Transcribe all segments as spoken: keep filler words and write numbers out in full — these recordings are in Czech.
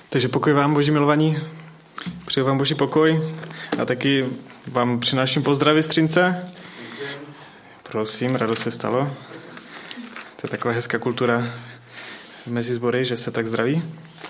Takže pokoj vám, boží milovaní, přeju vám boží pokoj a taky vám přináším pozdravy z Třince. Prosím, radost se stalo. To je taková hezká kultura mezi sbory, že se tak zdraví.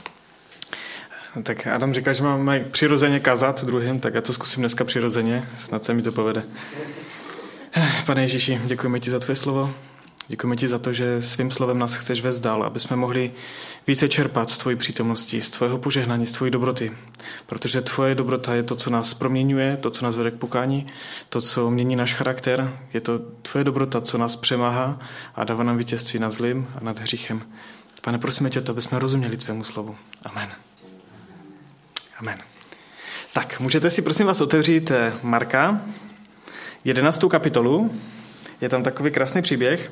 Tak Adam říkal, že máme přirozeně kazat druhým, tak já to zkusím dneska přirozeně, snad se mi to povede. Pane Ježíši, děkujeme ti za tvoje slovo. Děkujeme ti za to, že svým slovem nás chceš vést dál, aby jsme mohli více čerpat z tvojí přítomnosti, z tvého požehnání, z tvojí dobroty. Protože tvoje dobrota je to, co nás proměňuje, to, co nás vede k pokání, to, co mění náš charakter. Je to tvoje dobrota, co nás přemáhá a dává nám vítězství nad zlým a nad hříchem. Pane, prosíme tě o to, aby jsme rozuměli tvému slovu. Amen. Amen. Tak, můžete si prosím vás otevřít Marka, jedenáctou kapitolu. Je tam takový krásný příběh.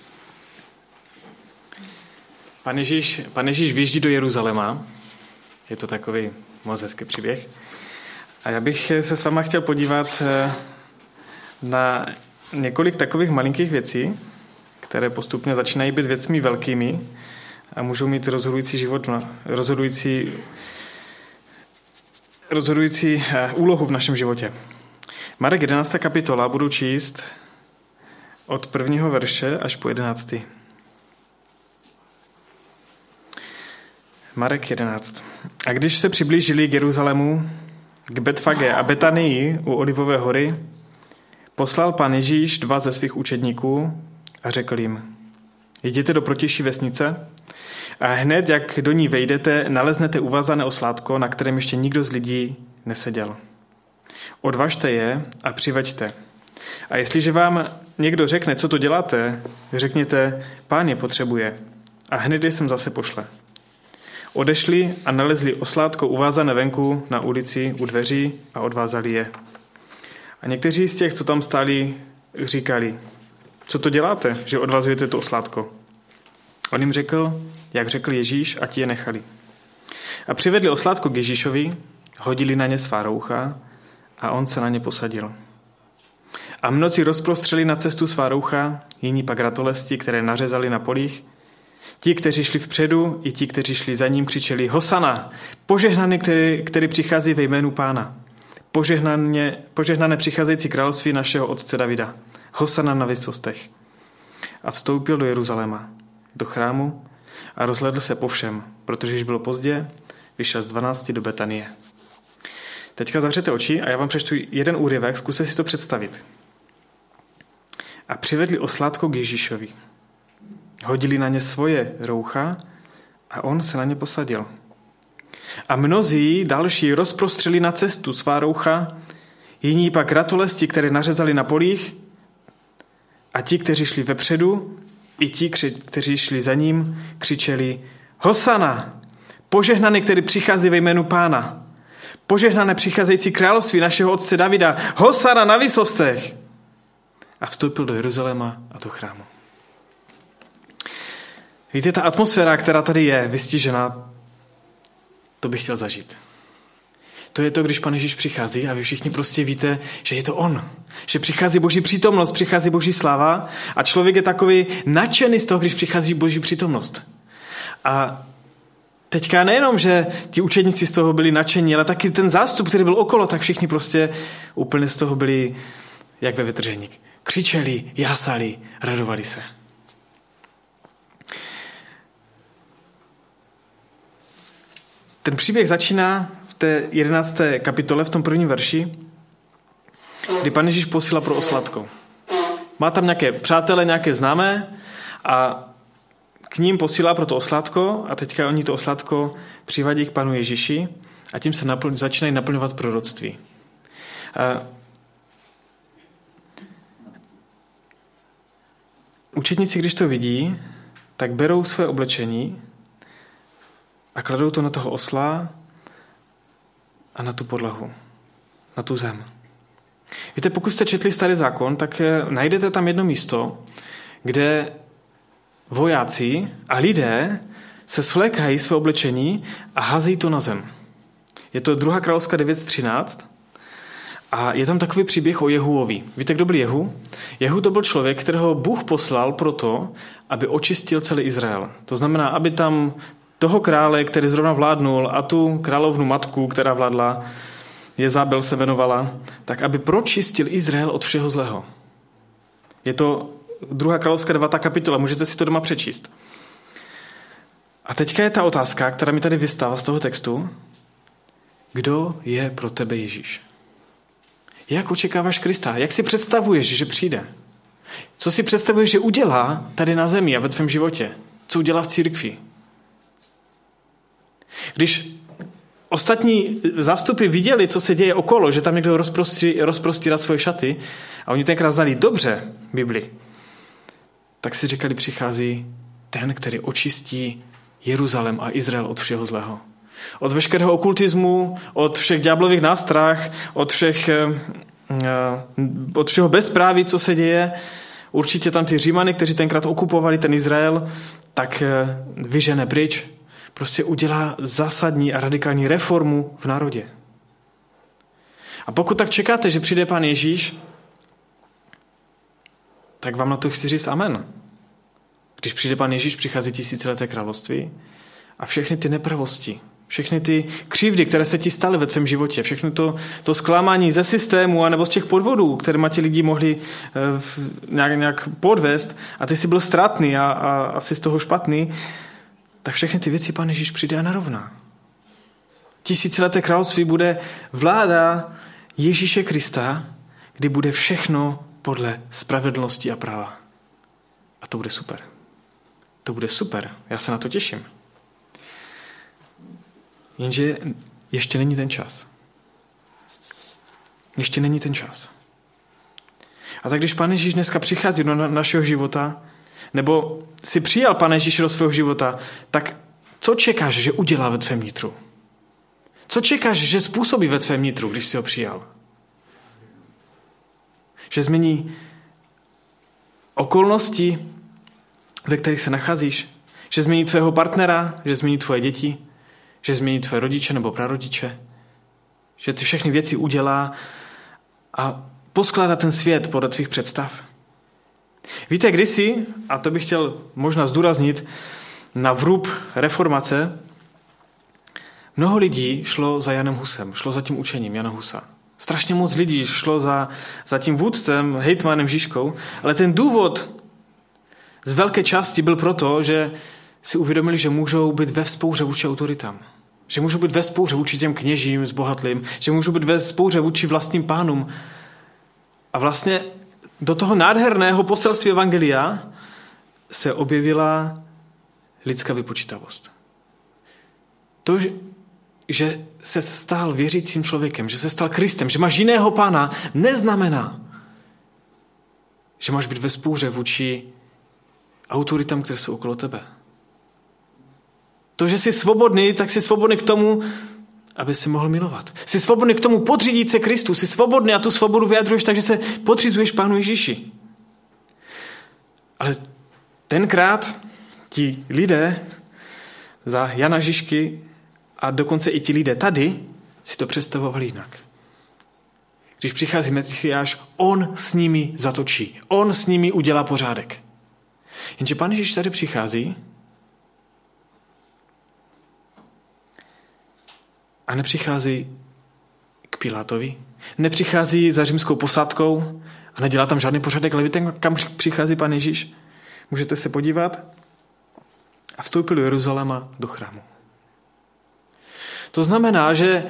Pan Ježíš, pan Ježíš vyjíždí do Jeruzaléma. Je to takový moc hezký příběh. A já bych se s váma chtěl podívat na několik takových malinkých věcí, které postupně začínají být věcmi velkými a můžou mít rozhodující život, rozhodující, rozhodující úlohu v našem životě. Marek jedenáctá kapitola, budu číst od prvního verše až po jedenáctý. Marek jedenáct. A když se přiblížili k Jeruzalému, k Betfage a Betanii u Olivové hory, poslal pan Ježíš dva ze svých učedníků a řekl jim: jděte do protější vesnice a hned, jak do ní vejdete, naleznete uvázané oslátko, na kterém ještě nikdo z lidí neseděl. Odvažte je a přiveďte. A jestliže vám někdo řekne, co to děláte, řekněte: Pán je potřebuje, a hned je sem zase pošle. Odešli a nalezli oslátko uvázané venku na ulici u dveří a odvázali je. A někteří z těch, co tam stáli, říkali: co to děláte, že odvazujete to oslátko? On jim řekl, jak řekl Ježíš, a ti je nechali. A přivedli oslátko k Ježíšovi, hodili na ně svá roucha a on se na ně posadil. A mnozí rozprostřeli na cestu svá roucha, jiní pak ratolesti, které nařezali na polích. Ti, kteří šli vpředu, i ti, kteří šli za ním, křičeli: Hosana, požehnaný, který, který přichází ve jménu Pána. Požehnané, požehnané přicházející království našeho otce Davida. Hosana na vysostech. A vstoupil do Jeruzaléma, do chrámu a rozhlédl se po všem, protože již bylo pozdě, vyšel z dvanácti do Betanie. Teďka zavřete oči a já vám přečtu jeden úryvek, zkuste si to představit. A přivedli oslátko k Ježíšovi. Hodili na ně svoje roucha a on se na ně posadil. A mnozí další rozprostřeli na cestu svá roucha, jiní pak ratolesti, které nařezali na polích, a ti, kteří šli vepředu, i ti, kteří šli za ním, křičeli: Hosana, požehnaný, který přichází ve jménu Pána. Požehnané přicházející království našeho otce Davida. Hosana na vysostech. A vstoupil do Jeruzaléma a do chrámu. Víte, ta atmosféra, která tady je vystižená, to bych chtěl zažít. To je to, když Pan Ježíš přichází a vy všichni prostě víte, že je to on. Že přichází boží přítomnost, přichází boží sláva a člověk je takový nadšený z toho, když přichází boží přítomnost. A teďka nejenom, že ti učedníci z toho byli nadšení, ale taky ten zástup, který byl okolo, tak všichni prostě úplně z toho byli jak ve vytržení. Křičeli, jásali, radovali se. Ten příběh začíná v té jedenácté kapitole, v tom prvním verši, kdy Pan Ježíš posílá pro oslátko. Má tam nějaké přátele, nějaké známé a k ním posílá pro to oslátko a teďka oni to oslátko přivádí k Panu Ježíši a tím se napl- začínají naplňovat proroctví. A učedníci, když to vidí, tak berou své oblečení a kladou to na toho osla a na tu podlahu, na tu zem. Víte, pokud jste četli Starý zákon, tak najdete tam jedno místo, kde vojáci a lidé se svlékají své oblečení a házejí to na zem. Je to druhá královská devět třináct a je tam takový příběh o Jehuovi. Víte, kdo byl Jehu? Jehu to byl člověk, kterého Bůh poslal proto, aby očistil celý Izrael. To znamená, aby tam toho krále, který zrovna vládnul, a tu královnu matku, která vládla, Jezabel se jmenovala, tak aby pročistil Izrael od všeho zlého. Je to druhá královská devátá kapitola, můžete si to doma přečíst. A teďka je ta otázka, která mi tady vystává z toho textu. Kdo je pro tebe Ježíš? Jak očekáváš Krista? Jak si představuješ, že přijde? Co si představuješ, že udělá tady na zemi a ve tvém životě? Co udělá v církvi? Když ostatní zástupy viděli, co se děje okolo, že tam někdo rozprostí, rozprostírá svoje šaty a oni tenkrát znali dobře Bibli, tak si říkali, přichází ten, který očistí Jeruzalém a Izrael od všeho zlého. Od veškerého okultismu, od všech ďáblových nástrah, od všech, od všeho bezpráví, co se děje. Určitě tam ty Římany, kteří tenkrát okupovali ten Izrael, tak vyžene pryč. Prostě udělá zásadní a radikální reformu v národě. A pokud tak čekáte, že přijde Pán Ježíš, tak vám na to chci říct amen. Když přijde Pán Ježíš, přichází tisícileté království a všechny ty nepravosti, všechny ty křivdy, které se ti staly ve tvém životě, všechno to, to zklamání ze systému anebo z těch podvodů, které ti lidi mohli uh, nějak, nějak podvést a ty jsi byl ztratný a, a, a jsi z toho špatný, tak všechny ty věci Pán Ježíš přijde a narovná. Tisícileté království bude vláda Ježíše Krista, kdy bude všechno podle spravedlnosti a práva. A to bude super. To bude super. Já se na to těším. Jenže ještě není ten čas. Ještě není ten čas. A tak když Pán Ježíš dneska přichází do našeho života, nebo si přijal Pane Ježíše do svého života, tak co čekáš, že udělá ve tvém nitru? Co čekáš, že způsobí ve tvém nitru, když jsi ho přijal? Že změní okolnosti, ve kterých se nacházíš? Že změní tvého partnera? Že změní tvoje děti? Že změní tvoje rodiče nebo prarodiče? Že ty všechny věci udělá a poskládá ten svět podle tvých představ? Víte, kdysi, a to bych chtěl možná zdůraznit, na vrub reformace, mnoho lidí šlo za Janem Husem, šlo za tím učením Jana Husa. Strašně moc lidí šlo za, za tím vůdcem, hejtmanem Žižkou, ale ten důvod z velké části byl proto, že si uvědomili, že můžou být ve vzpouře vůči autoritám. Že můžou být ve vzpouře vůči těm kněžím zbohatlým, že můžou být ve vzpouře vůči vlastním pánům. A vlastně do toho nádherného poselství evangelia se objevila lidská vypočítavost. To, že se stal věřícím člověkem, že se stal Kristem, že máš jiného pána, neznamená, že máš být ve vzpouře vůči autoritám, které jsou okolo tebe. To, že jsi svobodný, tak jsi svobodný k tomu, aby si mohl milovat. Jsi svobodný k tomu podřídit se Kristu. Jsi svobodný a tu svobodu vyjadřuješ tak, že se podřizuješ Pánu Ježíši. Ale tenkrát ti lidé za Jana Žižky a dokonce i ti lidé tady si to představovali jinak. Když přichází Mesiáš, on s nimi zatočí. On s nimi udělá pořádek. Jenže Pán Ježíš tady přichází a nepřichází k Pilátovi, nepřichází za římskou posádkou a nedělá tam žádný pořádek, ale víte, kam přichází Pán Ježíš? Můžete se podívat. A vstoupil do Jeruzaléma do chrámu. To znamená, že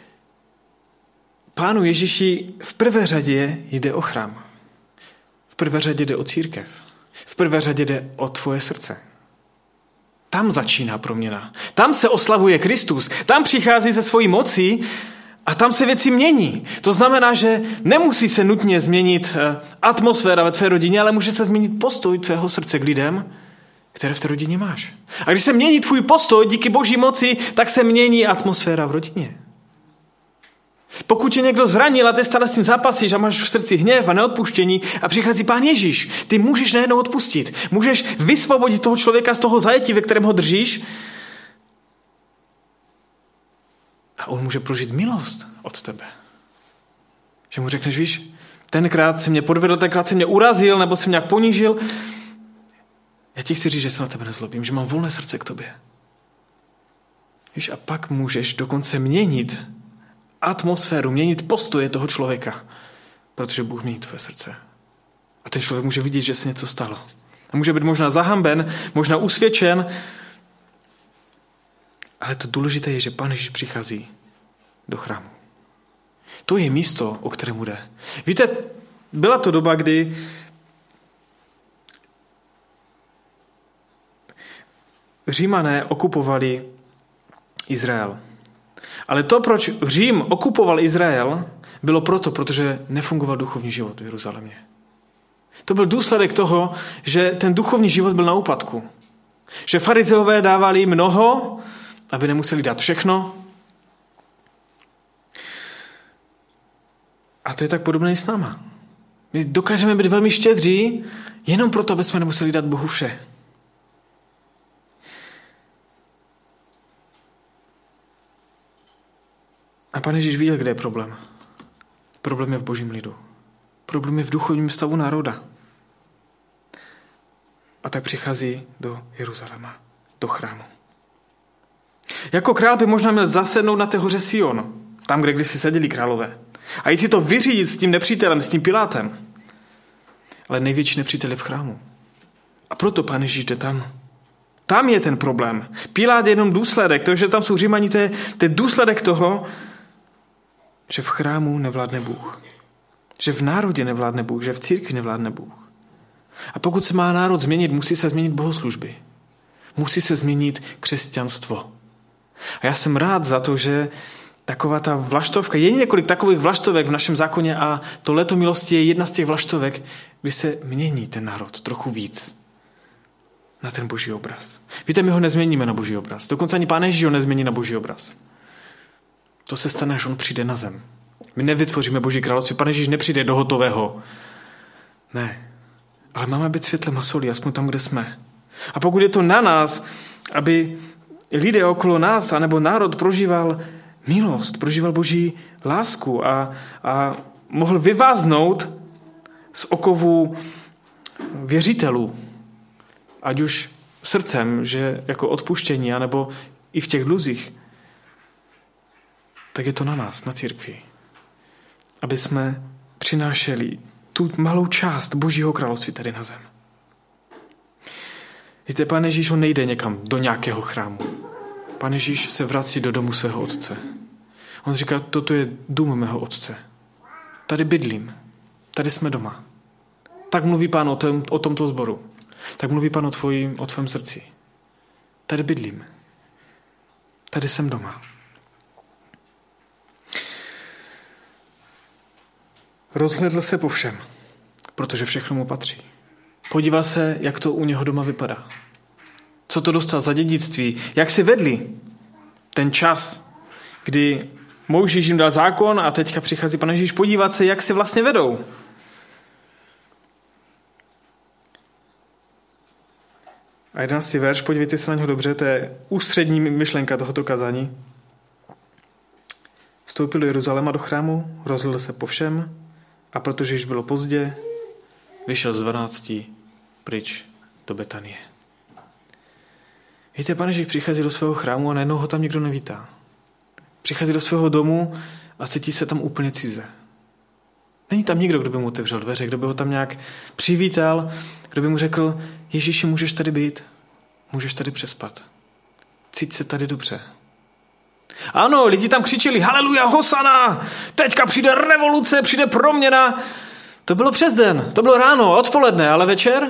Pánu Ježíši v prvé řadě jde o chrám. V prvé řadě jde o církev. V prvé řadě jde o tvoje srdce. Tam začíná proměna. Tam se oslavuje Kristus. Tam přichází ze svojí moci a tam se věci mění. To znamená, že nemusí se nutně změnit atmosféra ve tvé rodině, ale může se změnit postoj tvého srdce k lidem, které v té rodině máš. A když se mění tvůj postoj díky Boží moci, tak se mění atmosféra v rodině. Pokud tě někdo zranil a ty stále s tím zápasíš a máš v srdci hněv a neodpuštění a přichází Pán Ježíš, ty můžeš najednou odpustit. Můžeš vysvobodit toho člověka z toho zajetí, ve kterém ho držíš, a on může prožít milost od tebe. Že mu řekneš, víš, tenkrát si mě podvedl, tenkrát si mě urazil nebo si mě nějak ponížil. Já ti chci říct, že se na tebe nezlobím, že mám volné srdce k tobě. Víš, a pak můžeš dokonce měnit atmosféru, měnit postoje toho člověka, protože Bůh mění tvoje srdce. A ten člověk může vidět, že se něco stalo. A může být možná zahamben, možná usvědčen, ale to důležité je, že Pán Ježíš přichází do chrámu. To je místo, o kterém jde. Víte, byla to doba, kdy Římané okupovali Izrael. Ale to, proč Řím okupoval Izrael, bylo proto, protože nefungoval duchovní život v Jeruzalémě. To byl důsledek toho, že ten duchovní život byl na úpadku. Že farizeové dávali mnoho, aby nemuseli dát všechno. A to je tak podobné i s náma. My dokážeme být velmi štědří, jenom proto, aby jsme nemuseli dát Bohu vše. A Pán Ježíš viděl, kde je problém. Problém je v Božím lidu. Problém je v duchovním stavu národa. A tak přichází do Jeruzaléma, do chrámu. Jako král by možná měl zasednout na té hoře Sion, tam, kde kdysi seděli králové. A jít si to vyřídit s tím nepřítelem, s tím Pilátem. Ale největší nepřítel je v chrámu. A proto Pán Ježíš jde tam. Tam je ten problém. Pilát je jenom důsledek, to, že tam jsou Římani, to je, to je důsledek toho, že v chrámu nevládne Bůh. Že v národě nevládne Bůh, že v církvi nevládne Bůh. A pokud se má národ změnit, musí se změnit bohoslužby. Musí se změnit křesťanstvo. A já jsem rád za to, že taková ta vlaštovka, je několik takových vlaštovek v našem zákoně a to léto milosti je jedna z těch vlaštovek, kdy se mění ten národ trochu víc na ten boží obraz. Víte, my ho nezměníme na boží obraz. Dokonce ani Pán Ježíš ho nezmění na boží obraz. To se stane, až on přijde na zem. My nevytvoříme boží království. Pán Ježíš nepřijde do hotového. Ne. Ale máme být světlem a solí, aspoň tam, kde jsme. A pokud je to na nás, aby lidé okolo nás, anebo národ prožíval milost, prožíval boží lásku a, a mohl vyváznout z okovů věřitelů, ať už srdcem, že jako odpuštění, anebo i v těch dluzích, tak je to na nás, na církvi. Aby jsme přinášeli tu malou část božího království tady na zem. Víte, Pán Ježíš on nejde někam do nějakého chrámu. Pán Ježíš se vrací do domu svého otce. On říká, toto je dům mého otce. Tady bydlím. Tady jsme doma. Tak mluví Pán o, tom, o tomto sboru. Tak mluví Pán o, tvojím, o tvém srdci. Tady bydlím. Tady jsem doma. Rozhlédl se po všem, protože všechno mu patří. Podíval se, jak to u něho doma vypadá. Co to dostal za dědictví, jak si vedli ten čas, kdy Mojžíš jim dal zákon a teďka přichází Pán Ježíš podívat se, jak si vlastně vedou. A jedenáctý verš, podívejte se na něho dobře, to je ústřední myšlenka tohoto kazání. Vstoupil do Jeruzaléma do chrámu, rozhlédl se po všem a protože již bylo pozdě, vyšel z dvanácti pryč do Betanie. Víte, Pán Ježíš přichází do svého chrámu a najednou ho tam nikdo nevítá. Přichází do svého domu a cítí se tam úplně cize. Není tam nikdo, kdo by mu otevřel dveře, kdo by ho tam nějak přivítal, kdo by mu řekl, Ježíši, můžeš tady být, můžeš tady přespat. Cíť se tady dobře. Ano, lidi tam křičeli, haleluja, hosana, teďka přijde revoluce, přijde proměna. To bylo přes den, to bylo ráno, odpoledne, ale večer?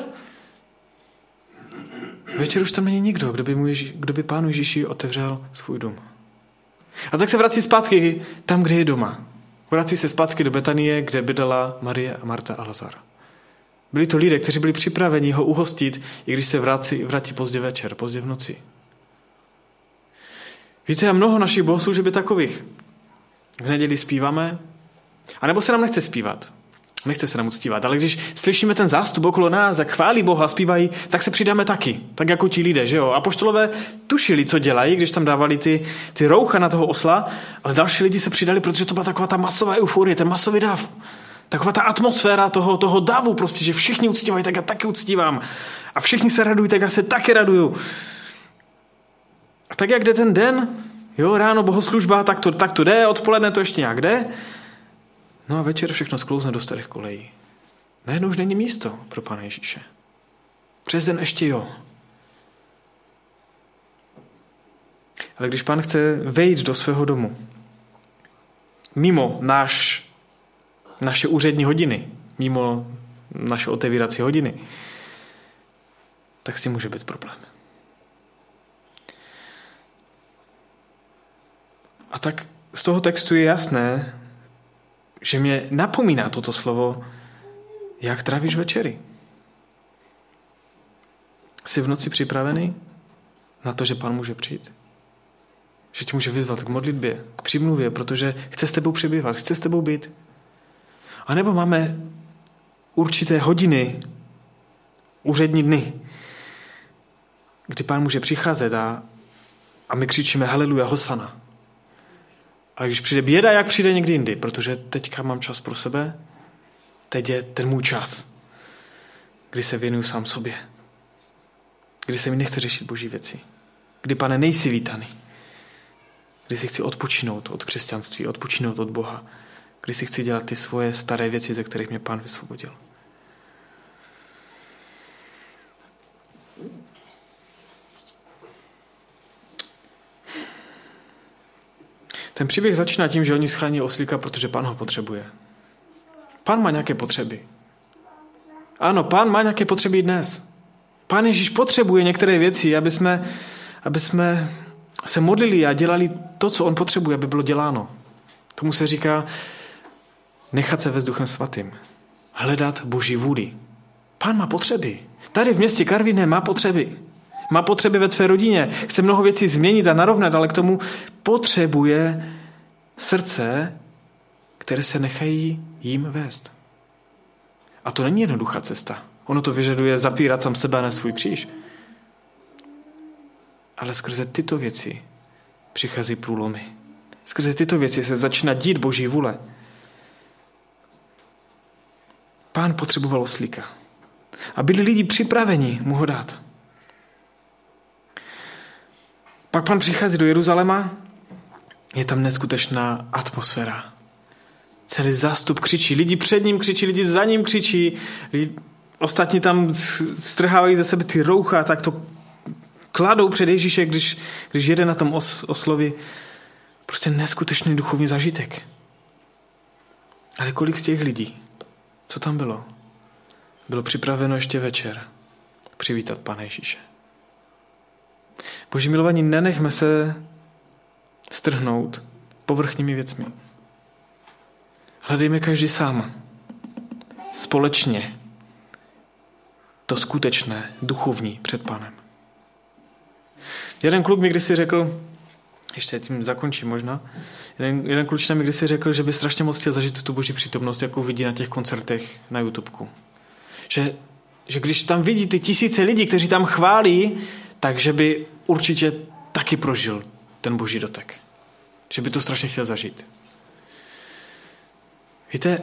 Večer už tam není nikdo, kdo by, mu Ježí, kdo by Pánu Ježíši otevřel svůj dům. A tak se vrací zpátky tam, kde je doma. Vrací se zpátky do Betanie, kde bydlela Marie a Marta a Lazar. Byli to lidé, kteří byli připraveni ho uhostit, i když se vrátí, vrátí pozdě večer, pozdě v noci. Víte, a mnoho našich bohoslužeb je takových. V neděli zpíváme, anebo se nám nechce zpívat. Nechce se nám uctívat, ale když slyšíme ten zástup okolo nás, jak chválí Boha, zpívají, tak se přidáme taky. Tak jako ti lidé, že jo? Apoštolové tušili, co dělají, když tam dávali ty, ty roucha na toho osla, ale další lidi se přidali, protože to byla taková ta masová euforie, ten masový dav. Taková ta atmosféra toho, toho davu prostě, že všichni uctívají, tak já taky uctívám. A všichni se radují, tak já se taky raduju. A tak jak jde ten den, Jo, ráno bohoslužba, tak to, tak to jde, odpoledne to ještě nějak jde. No a večer všechno sklouzne do starých kolejí. Najednou už není místo pro Pána Ježíše. Přes den ještě jo. Ale když Pán chce vejít do svého domu, mimo náš, naše úřední hodiny, mimo naše otevírací hodiny, tak s tím může být problém. A tak z toho textu je jasné, že mě napomíná toto slovo, jak trávíš večery. Jsi v noci připravený na to, že Pán může přijít? Že tě může vyzvat k modlitbě, k přímluvě, protože chce s tebou přebývat, chce s tebou být. A nebo máme určité hodiny, úřední dny, kdy Pán může přicházet a, a my křičíme haleluja, hosana. A když přijde běda, jak přijde někdy jindy, protože teďka mám čas pro sebe, teď je ten můj čas, kdy se věnuju sám sobě, kdy se mi nechce řešit boží věci, kdy, Pane, nejsi vítaný, kdy si chci odpočinout od křesťanství, odpočinout od Boha, kdy si chci dělat ty svoje staré věci, ze kterých mě Pán vysvobodil. Ten příběh začíná tím, že oni schání oslíka, protože Pán ho potřebuje. Pán má nějaké potřeby. Ano, Pán má nějaké potřeby dnes. Pán Ježíš potřebuje některé věci, aby jsme, aby jsme se modlili a dělali to, co on potřebuje, aby bylo děláno. Tomu se říká nechat se vést Duchem Svatým. Hledat Boží vůli. Pán má potřeby. Tady v městě Karviné má potřeby. Má potřeby ve tvé rodině. Chce mnoho věcí změnit a narovnat, ale k tomu potřebuje srdce, které se nechají jim vést. A to není jednoduchá cesta. Ono to vyžaduje zapírat sám sebe na svůj kříž. Ale skrze tyto věci přichází průlomy. Skrze tyto věci se začíná dít Boží vůle. Pán potřeboval oslíka. A byli lidi připraveni mu ho dát. Pak Pán přichází do Jeruzaléma, je tam neskutečná atmosféra. Celý zástup křičí, lidi před ním křičí, lidi za ním křičí, lidi, ostatní tam strhávají ze sebe ty roucha, tak to kladou před Ježíše, když, když jede na tom os, oslovi. Prostě neskutečný duchovní zážitek. Ale kolik z těch lidí, co tam bylo, bylo připraveno ještě večer přivítat Pana Ježíše. Boží milovaní, nenechme se strhnout povrchními věcmi. Hledejme každý sám. Společně. To skutečné, duchovní před Pánem. Jeden kluk mi kdysi řekl, ještě tím zakončím možná, jeden, jeden kluč mi kdysi řekl, že by strašně moc chtěl zažít tu Boží přítomnost, jakou vidí na těch koncertech na YouTubeku. Že, že když tam vidí ty tisíce lidí, kteří tam chválí, takže by určitě taky prožil ten Boží dotek. Že by to strašně chtěl zažít. Víte,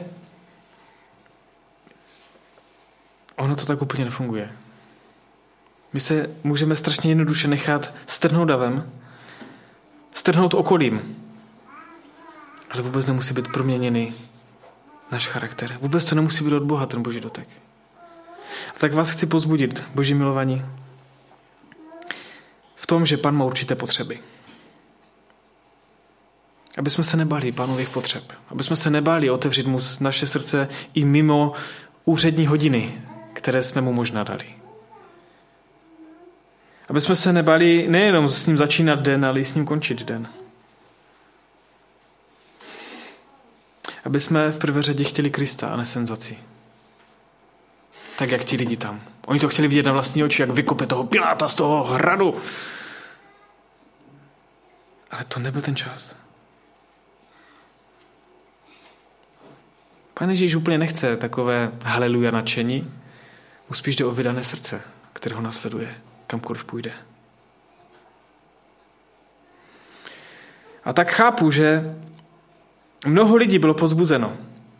ono to tak úplně nefunguje. My se můžeme strašně jednoduše nechat strhnout davem, strhnout okolím, ale vůbec nemusí být proměněný náš charakter. Vůbec to nemusí být od Boha, ten Boží dotek. A tak vás chci povzbudit, Boží milovaní, v tom, že Pán má určité potřeby. Aby jsme se nebáli Pánových potřeb. Aby jsme se nebáli otevřít mu naše srdce i mimo úřední hodiny, které jsme mu možná dali. Aby jsme se nebáli nejenom s ním začínat den, ale i s ním končit den. Aby jsme v prvé řadě chtěli Krista a ne senzaci. Tak jak ti lidi tam. Oni to chtěli vidět na vlastní oči, jak vykope toho Piláta z toho hradu. Ale to nebyl ten čas. Pán Ježíš úplně nechce takové haleluja nadšení, mu spíš jde o vydané srdce, které ho nasleduje, kamkoliv půjde. A tak chápu, že mnoho lidí bylo povzbuzeno.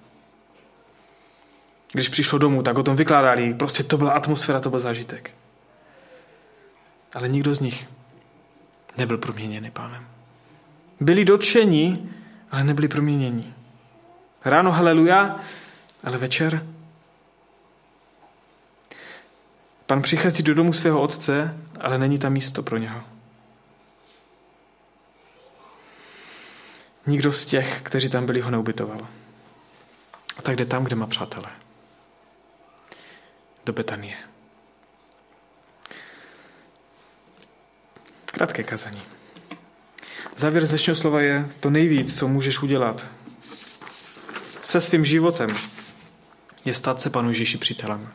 Když přišlo domů, tak o tom vykládali. Prostě to byla atmosféra, to byl zážitek. Ale nikdo z nich nebyl proměněný Pánem. Byli dotčeni, ale nebyli proměněni. Ráno haleluja, ale večer. Pan přichází do domu svého otce, ale není tam místo pro něho. Nikdo z těch, kteří tam byli, ho neubytoval. A tak jde tam, kde má přátele. Do Betanie. Krátké kazání. Závěr dnešního slova je to nejvíc, co můžeš udělat se svým životem, je stát se Panu Ježíši přítelem.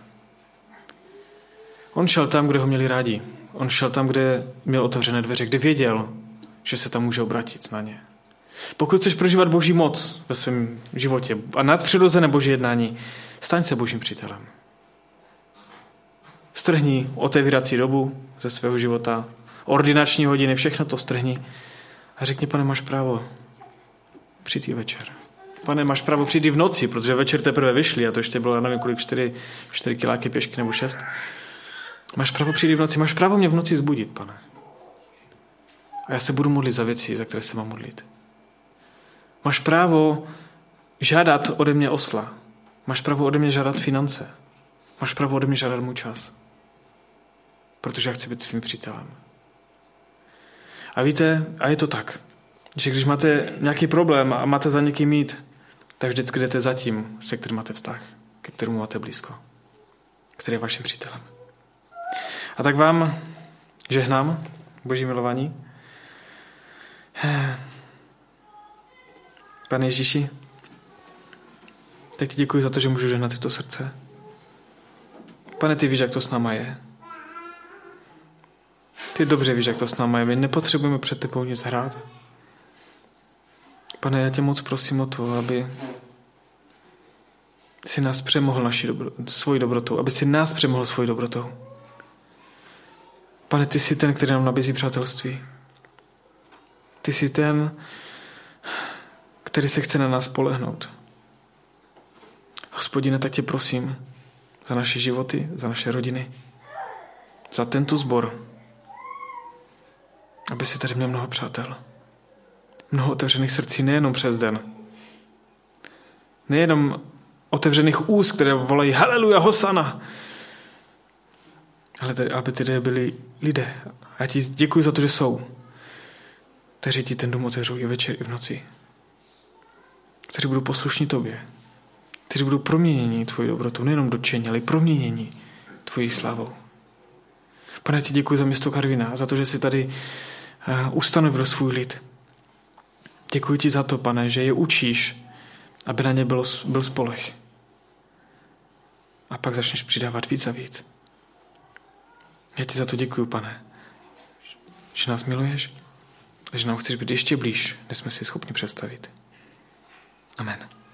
On šel tam, kde ho měli rádi. On šel tam, kde měl otevřené dveře, kde věděl, že se tam může obrátit na ně. Pokud chceš prožívat Boží moc ve svém životě a nadpřirozené Boží jednání, staň se Božím přítelem. Strhni otevírací dobu ze svého života, ordinační hodiny, všechno to strhni a řekni, Pane, máš právo přijít večer. Pane, máš právo přijít v noci, protože večer teprve vyšli a to ještě bylo, já nevím kolik, čtyři, čtyři kiláky pěšky nebo šest. Máš právo přijít v noci, máš právo mě v noci zbudit, Pane. A já se budu modlit za věci, za které se mám modlit. Máš právo žádat ode mě osla. Máš právo ode mě žádat finance. Máš právo ode mě žádat můj čas. Protože já chci být tvým přítelem. A víte, a je to tak, že když máte nějaký problém a máte za někým jít, tak vždycky jdete za tím, se kterým máte vztah, ke kterému máte blízko, který je vaším přítelem. A tak vám žehnám, Boží milovaní. Pane Ježíši, tak ti děkuji za to, že můžu žehnat tyto srdce. Pane, ty víš, jak to s náma je. Ty dobře víš, jak to s náma je. My nepotřebujeme před tebou nic hrát. Pane, já tě moc prosím o to, aby si nás přemohl naší dobro, svojí dobrotou, aby si nás přemohl svojí dobrotou. Pane, ty jsi ten, který nám nabízí přátelství. Ty jsi ten, který se chce na nás spolehnout. Hospodine, tak tě prosím za naše životy, za naše rodiny, za tento sbor, aby si tady měl mnoho přátel. Mnoho otevřených srdcí, nejenom přes den. Nejenom otevřených úst, které volají haleluja, hosana. Ale tady, aby tady byli lidé. A já ti děkuji za to, že jsou. Kteří ti ten dům otevřou i večer, i v noci. Kteří budou poslušní tobě. Kteří budou proměněni tvojí dobrotou. Nejenom dotčení, ale i proměněni tvojí slávou. Pane, já ti děkuji za město Karviná, za to, že jsi tady uh, ustanovil svůj lid. Děkuji ti za to, Pane, že je učíš, aby na ně byl, byl spoleh. A pak začneš přidávat víc a víc. Já ti za to děkuji, Pane, že nás miluješ a že nám chceš být ještě blíž, než jsme si schopni představit. Amen.